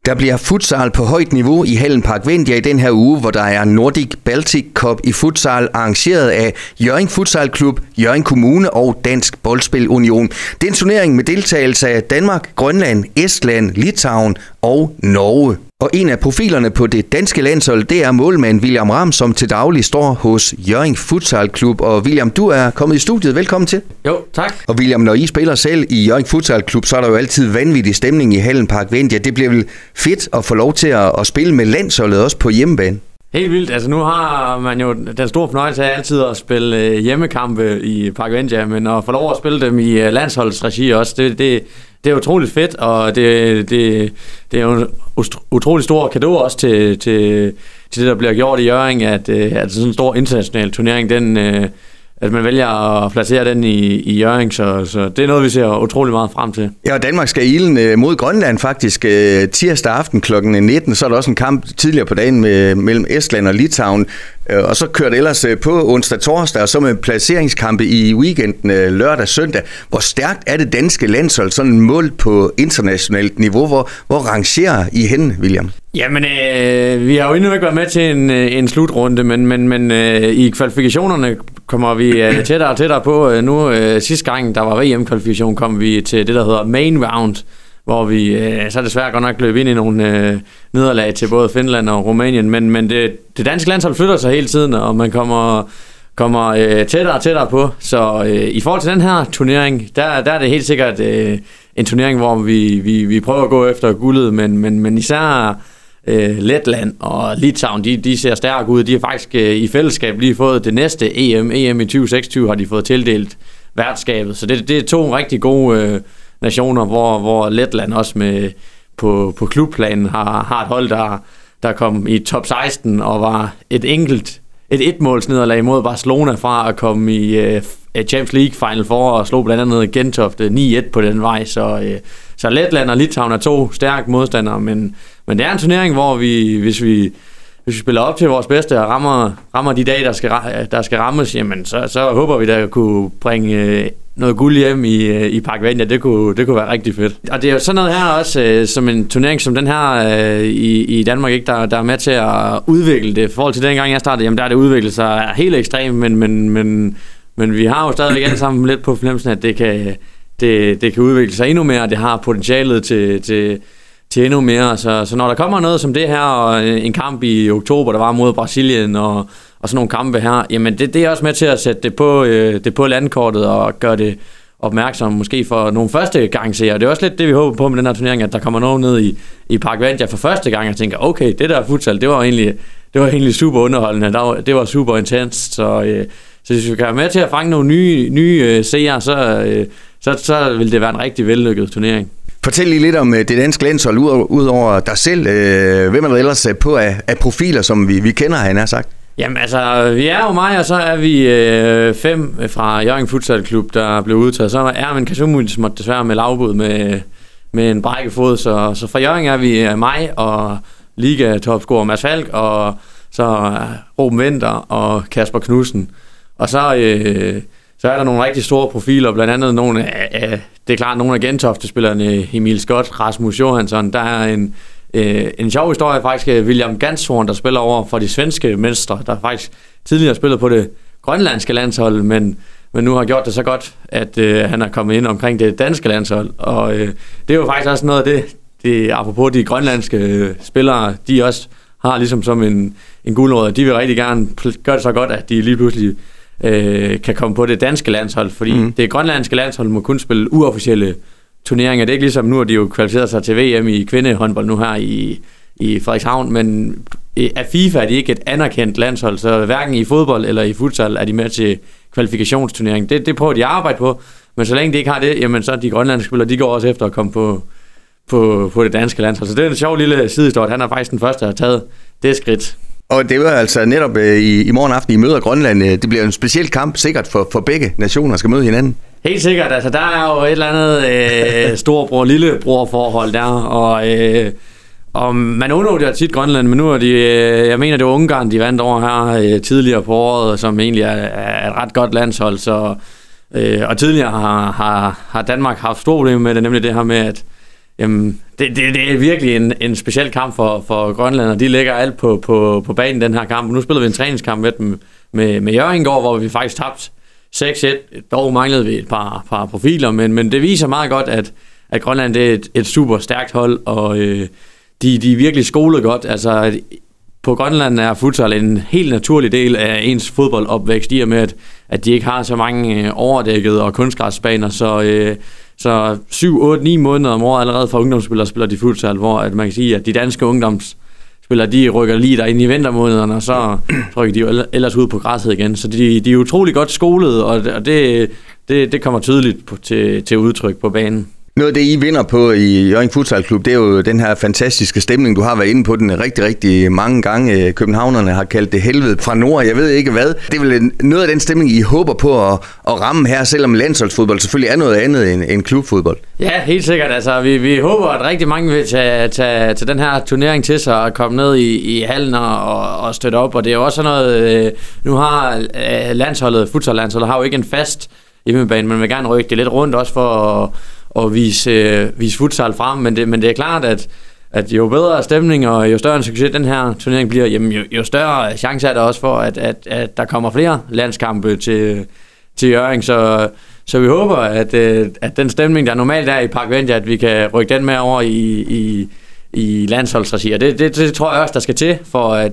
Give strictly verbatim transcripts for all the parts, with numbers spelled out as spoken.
Der bliver futsal på højt niveau i hallen Park Vindia i den her uge, hvor der er Nordic Baltic Cup i futsal, arrangeret af Hjørring Futsal Klub, Hjørring Kommune og Dansk Boldspil Union. Det er en turnering med deltagelse af Danmark, Grønland, Estland, Litauen og Norge. Og en af profilerne på det danske landshold, det er målmand William Ram, som til daglig står hos Hjørring Futsal Klub. Og William, du er kommet i studiet. Velkommen til. Jo, tak. Og William, når I spiller selv i Hjørring Futsal Klub, så er der jo altid vanvittig stemning i hallen Park Vindia. Det bliver vel fedt at få lov til at, at spille med landsholdet også på hjemmebane? Helt vildt. Altså nu har man jo den store fornøjelse af altid at spille hjemmekampe i Park Vindia, men at få lov at spille dem i landsholdsregi også, det, det, det er utroligt fedt, og det, det, det er jo en utrolig stor cadeau også til, til, til det, der bliver gjort i Hjørring, at, at sådan en stor international turnering, den, at man vælger at placere den i, i Hjørring, så, så det er noget, vi ser utrolig meget frem til. Ja, Danmark skal i ilden mod Grønland faktisk tirsdag aften klokken nitten, så er der også en kamp tidligere på dagen med, mellem Estland og Litauen, og så kører det ellers på onsdag torsdag, og så med placeringskampe i weekenden lørdag søndag. Hvor stærkt er det danske landshold sådan målt på internationalt niveau? Hvor, hvor rangerer I hen, William? Jamen, øh, vi har jo endnu ikke været med til en, en slutrunde, men, men, men øh, i kvalifikationerne kommer vi øh, tættere og tættere på. Nu øh, sidste gang, der var V M-kvalifikation, kom vi til det, der hedder main round, hvor vi øh, så desværre godt nok løb ind i nogle øh, nederlag til både Finland og Rumænien, men, men det, det danske landshold flytter sig hele tiden, og man kommer, kommer øh, tættere og tættere på. Så øh, i forhold til den her turnering, der, der er det helt sikkert øh, en turnering, hvor vi, vi, vi prøver at gå efter guldet, men, men, men især øh, Letland og Litauen, de, de ser stærke ud. De har faktisk øh, i fællesskab lige fået det næste E M. E M i tyve seksogtyve har de fået tildelt værtskabet, så det, det er to rigtig gode øh, nationer, hvor, hvor Letland også med på, på klubplanen har, har et hold, der, der kom i top seksten og var et enkelt et etmålsnederlag imod Barcelona fra at komme i uh, Champions League Final Four og slog blandt andet Gentofte ni et på den vej, så, uh, så Letland og Litauen er to stærke modstandere, men, men det er en turnering, hvor vi, hvis vi hvis vi spiller op til vores bedste og rammer, rammer de dage, der skal, der skal rammes, jamen så, så håber vi, der kunne bringe uh, noget guld hjem i, i Park Vindia. Det kunne, det kunne være rigtig fedt. Og det er jo sådan noget her også, øh, som en turnering som den her øh, i, i Danmark, ikke, der, der er med til at udvikle det. I forhold til dengang jeg startede, jamen der er det udviklet sig helt ekstremt, men, men, men, men vi har jo stadigvæk alle sammen lidt på fornemmelsen, at det kan, det, det kan udvikle sig endnu mere, og det har potentialet til, til, til endnu mere. Så, så når der kommer noget som det her, og en kamp i oktober, der var mod Brasilien, og og sådan nogle kampe her, jamen det, det er også med til at sætte det på, øh, det på landkortet og gøre det opmærksom måske for nogle første gang seere. Det er også lidt det, vi håber på med den her turnering, at der kommer nogen ned i, i Park Vindia for første gang og tænker, okay, det der futsal, det var egentlig, det var egentlig super underholdende, var, det var super intenst, så, øh, så hvis vi kan være med til at fange nogle nye, nye øh, seere, så, øh, så, så vil det være en rigtig vellykket turnering. Fortæl lige lidt om det danske landshold, ud over dig selv. Hvem er der ellers på af, af profiler, som vi, vi kender, han har sagt? Jamen altså, vi er jo mig, og så er vi øh, fem fra Hjørring Futsal Klub, der blev udtaget. Så er Ermin Kasumui, som måtte desværre med lavbud med, med en brækket fod. Så, så fra Hjørring er vi mig og liga-topscorer Mads Falk, og så Ruben Winther og Kasper Knudsen. Og så, øh, så er der nogle rigtig store profiler, blandt andet nogle af, af det er klart nogle af Gentofte-spillerne, Emil Scott, Rasmus Johansson. Der er en Uh, en sjov historie faktisk, William Ganshorn, der spiller over for de svenske mestre, der faktisk tidligere spillet på det grønlandske landshold, men, men nu har gjort det så godt, at uh, han er kommet ind omkring det danske landshold, og uh, det er jo faktisk også noget af det, det apropos de grønlandske spillere, de også har ligesom som en, en guldråd, de vil rigtig gerne gøre det så godt, at de lige pludselig uh, kan komme på det danske landshold, fordi mm. det grønlandske landshold må kun spille uofficielle turneringer. Det er ikke ligesom nu, at de jo kvalificeret sig til V M i kvindehåndbold nu her i, i Frederikshavn, men af FIFA er de ikke et anerkendt landshold, så hverken i fodbold eller i futsal er de med til kvalifikationsturnering. Det, det prøver de at arbejde på, men så længe de ikke har det, jamen så de grønlandske spillere, de går også efter at komme på, på, på det danske landshold. Så det er en sjov lille sidehistorie. Han er faktisk den første, der har taget det skridt. Og det var altså netop i, i morgen aften, I møder Grønland. Det bliver en speciel kamp, sikkert for, for begge nationer skal møde hinanden. Helt sikkert. Altså, der er jo et eller andet øh, storbror-lillebror-forhold der, og, øh, og man undgår tit Grønland, men nu er de, øh, jeg mener, det var Ungarn, de vandt over her øh, tidligere på året, som egentlig er, er et ret godt landshold, så, øh, og tidligere har, har, har Danmark haft store problemer med det, nemlig det her med, at jamen, det, det, det er virkelig en, en speciel kamp for, for Grønland, og de lægger alt på, på, på banen den her kamp. Nu spiller vi en træningskamp med dem med, med Hjørring i går, hvor vi faktisk tabte seks et. Dog manglede vi et par, par profiler, men, men det viser meget godt, at, at Grønland det er et, et super stærkt hold, og øh, de, de er virkelig skolet godt. Altså, på Grønland er futsal en helt naturlig del af ens fodboldopvækst, i og med, at, at de ikke har så mange øh, overdækkede og kunstgræsbaner, så, øh, så syv, otte, ni måneder om året allerede fra ungdomsspillere spiller de futsal, hvor at man kan sige, at de danske ungdomsspillere, de rykker lige derinde i vintermånederne, og så rykker de jo ellers ud på græsset igen. Så de, de er utrolig godt skolet, og det, det, det kommer tydeligt på, til, til udtryk på banen. Noget af det, I vinder på i Hjørring Futsal Klub, det er jo den her fantastiske stemning, du har været inde på den rigtig, rigtig mange gange. Københavnerne har kaldt det helvede fra nord, jeg ved ikke hvad. Det er vel noget af den stemning, I håber på at, at ramme her, selvom landsholdsfodbold selvfølgelig er noget andet end, end klubfodbold. Ja, helt sikkert. Altså, vi, vi håber, at rigtig mange vil tage, tage, tage den her turnering til sig og komme ned i, i hallen og, og støtte op. Og det er jo også noget, nu har landsholdet, futsallandsholdet, har jo ikke en fast hjemmebane, men vil gerne rykke det lidt rundt også for at og vise, øh, vise futsal frem, men det, men det er klart, at, at jo bedre stemning og jo større en succes den her turnering bliver, jamen jo, jo større chance er der også for, at, at, at der kommer flere landskampe til, til Hjørring, så, så vi håber, at, at den stemning, der normalt er i Park Vendia, at vi kan rykke den med over i, i, i landsholdsregi, og det, det, det tror jeg også, der skal til, for at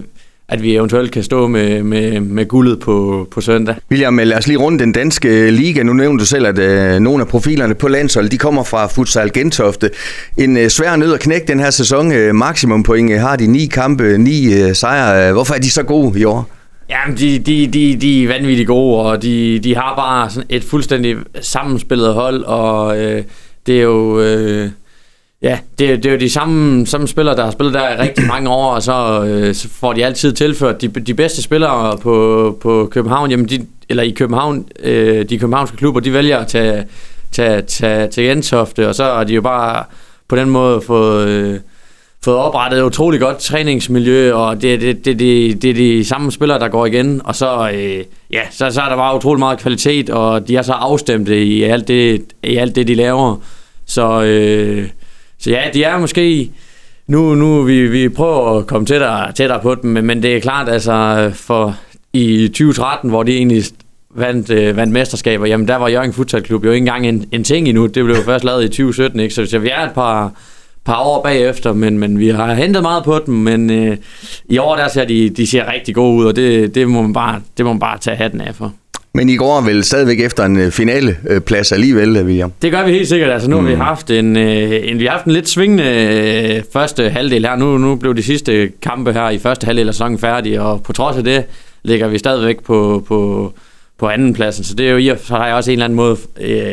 at vi eventuelt kan stå med, med, med guldet på, på søndag. William, lad os lige runde den danske liga. Nu nævnte du selv, at øh, nogle af profilerne på landshold, de kommer fra Futsal Gentofte. En øh, svær nød at knække den her sæson. Øh, maksimumpoint har de ni kampe, ni øh, sejre. Hvorfor er de så gode i år? Jamen, de, de, de, de er vanvittigt gode, og de, de har bare sådan et fuldstændig sammenspillet hold, og øh, det er jo... Øh, Ja, det, det er jo de samme, samme spillere, der har spillet der i rigtig mange år, og så, øh, så får de altid tilført de, de bedste spillere på, på København, jamen de, eller i København, øh, de københavnske klubber, de vælger at tage, tage, tage til Gentofte, og så er de jo bare på den måde fået, øh, fået oprettet et utroligt godt træningsmiljø, og det, det, det, det, det er de samme spillere, der går igen, og så, øh, ja, så, så er der bare utrolig meget kvalitet, og de er så afstemte i alt det, i alt det de laver, så... Øh, Så ja, de er måske... Nu, nu vi, vi prøver at komme tættere, tættere på dem, men, men det er klart, altså for i tyve tretten, hvor de egentlig vandt, øh, vandt mesterskaber, jamen der var Hjørring Futsal Klub jo ikke engang en, en ting endnu. Det blev jo først lavet i tyve sytten, ikke? Så, så vi er et par, par år bagefter, men, men vi har hentet meget på dem, men øh, i år der ser de, de ser rigtig gode ud, og det, det, må man bare, det må man bare tage hatten af for. Men I går vel stadigvæk efter en finaleplads alligevel, William? Det gør vi helt sikkert. Altså nu mm. har vi haft en, en vi har haft en lidt svingende første halvdel her. Nu, nu blev de sidste kampe her i første halvdel af sæsonen færdige, og på trods af det ligger vi stadigvæk på, på, på andenpladsen. Så det er jo i og så har jeg også en eller anden måde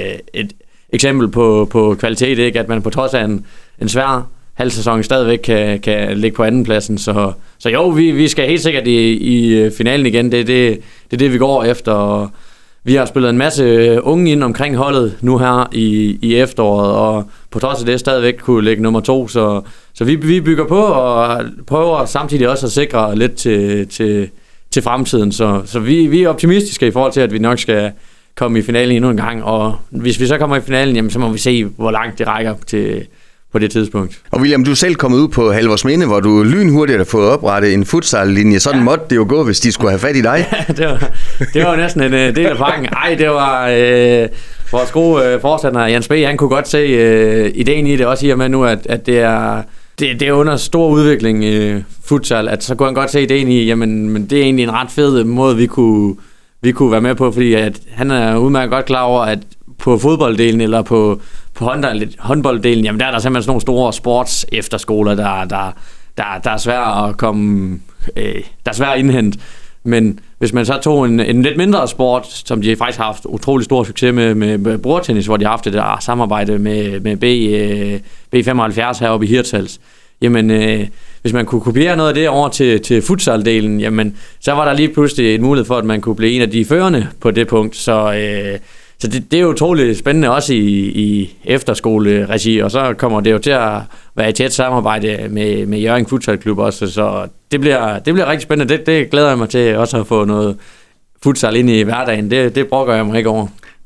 et eksempel på, på kvalitet, ikke? At man på trods af en, en svær halv sæson stadigvæk kan, kan ligge på andenpladsen. Så, så jo, vi, vi skal helt sikkert i, i finalen igen. Det er det, det, er det, vi går efter. Og vi har spillet en masse unge ind omkring holdet nu her i, i efteråret, og på trods af det stadigvæk kunne ligge nummer to. Så, så vi, vi bygger på og prøver samtidig også at sikre lidt til, til, til fremtiden. Så, så vi, vi er optimistiske i forhold til, at vi nok skal komme i finalen endnu en gang. Og hvis vi så kommer i finalen, jamen, så må vi se, hvor langt det rækker til på det tidspunkt. Og William, du er selv kommet ud på Halvorsminde, hvor du lynhurtigt har fået oprettet en futsal-linje. Sådan ja. Måtte det jo gå, hvis de skulle have fat i dig. Ja, det var, det var næsten en del af pakken. Ej, det var øh, vores gode øh, forstander, Jens B., han kunne godt se øh, ideen i det, også i og med nu, at, at det er det, det er under stor udvikling i øh, futsal, at så kunne han godt se ideen i, jamen men det er egentlig en ret fed måde, vi kunne, vi kunne være med på, fordi at han er udmærket godt klar over, at på fodbolddelen eller på, på håndbold, håndbolddelen, jamen der er der simpelthen sådan nogle store sports efterskoler, der, der, der, der er svært at komme, øh, der er svært at indhente. Men hvis man så tog en, en lidt mindre sport, som de faktisk har haft utrolig stor succes med, med, med bordtennis, hvor de har haft det der samarbejde med, med B, øh, B femoghalvfjerds heroppe i Hirtshals, jamen øh, hvis man kunne kopiere noget af det over til, til futsal-delen, jamen så var der lige pludselig en mulighed for, at man kunne blive en af de førende på det punkt, så... Øh, Så det, det er jo utroligt spændende også i, i efterskoleregi, og så kommer det jo til at være et tæt samarbejde med, med Hjørring Futsal Klub også, så det bliver, det bliver rigtig spændende. Det, det glæder jeg mig til også at få noget futsal ind i hverdagen. Det, det brokker jeg mig ikke over.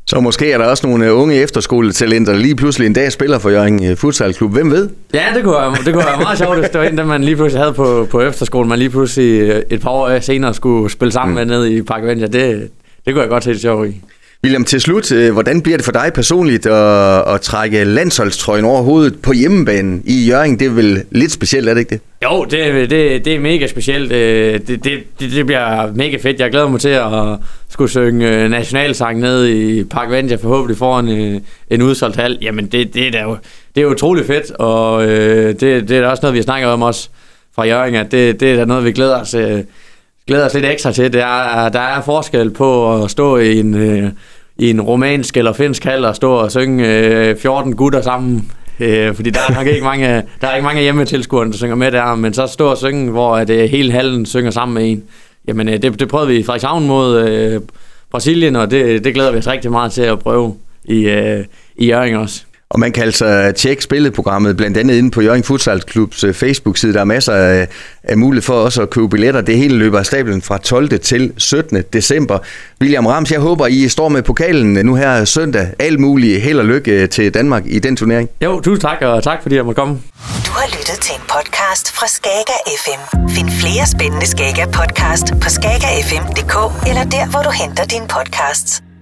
Så måske er der også nogle unge efterskoletalenter, der lige pludselig en dag spiller for Hjørring Futsal Klub. Hvem ved? Ja, det kunne være, det kunne være meget sjovt, hvis det var en, der man lige pludselig havde på, på efterskolen. Man lige pludselig et par år senere skulle spille sammen mm. med ned i Park Aventure. Det, det kunne jeg godt se det sjovt i. William, til slut, hvordan bliver det for dig personligt at, at trække landsholdstrøjen over hovedet på hjemmebanen i Hjørring? Det er vel lidt specielt, er det ikke det? Jo, det, det, det er mega specielt. Det, det, det, det bliver mega fedt. Jeg glæder mig til at skulle synge nationalsang ned i Park Aventure, forhåbentlig foran en, en udsolgt hal. Jamen, det, det, er jo, det er utroligt fedt, og øh, det, det er også noget, vi snakker om også fra Hjørring, at det, det er da noget, vi glæder os, øh, glæder os lidt ekstra til. Det er, der er forskel på at stå i en... Øh, i en romansk eller finsk hal og stå og synge øh, fjorten gutter sammen, øh, fordi der er nok ikke mange, der er ikke mange hjemmetilskuere, der synger med der, men så stå og synge, hvor at, øh, hele hallen synger sammen med en. Jamen øh, det, det prøvede vi i Frederikshavn mod øh, Brasilien, og det, det glæder vi os rigtig meget til at prøve i, øh, i Hjørring også. Og man kan altså tjekke spilleprogrammet blandt andet inde på Hjørring Futsal Klubs Facebook-side. Der er masser af, af mulighed for også at købe billetter. Det hele løber af stablen fra tolvte til syttende december. William Rams, jeg håber, I står med pokalen nu her søndag. Alt muligt held og lykke til Danmark i den turnering. Jo, tusind tak, og tak fordi jeg måtte komme. Du har lyttet til en podcast fra Skager F M. Find flere spændende Skager podcast på skager f m punktum d k eller der, hvor du henter dine podcasts.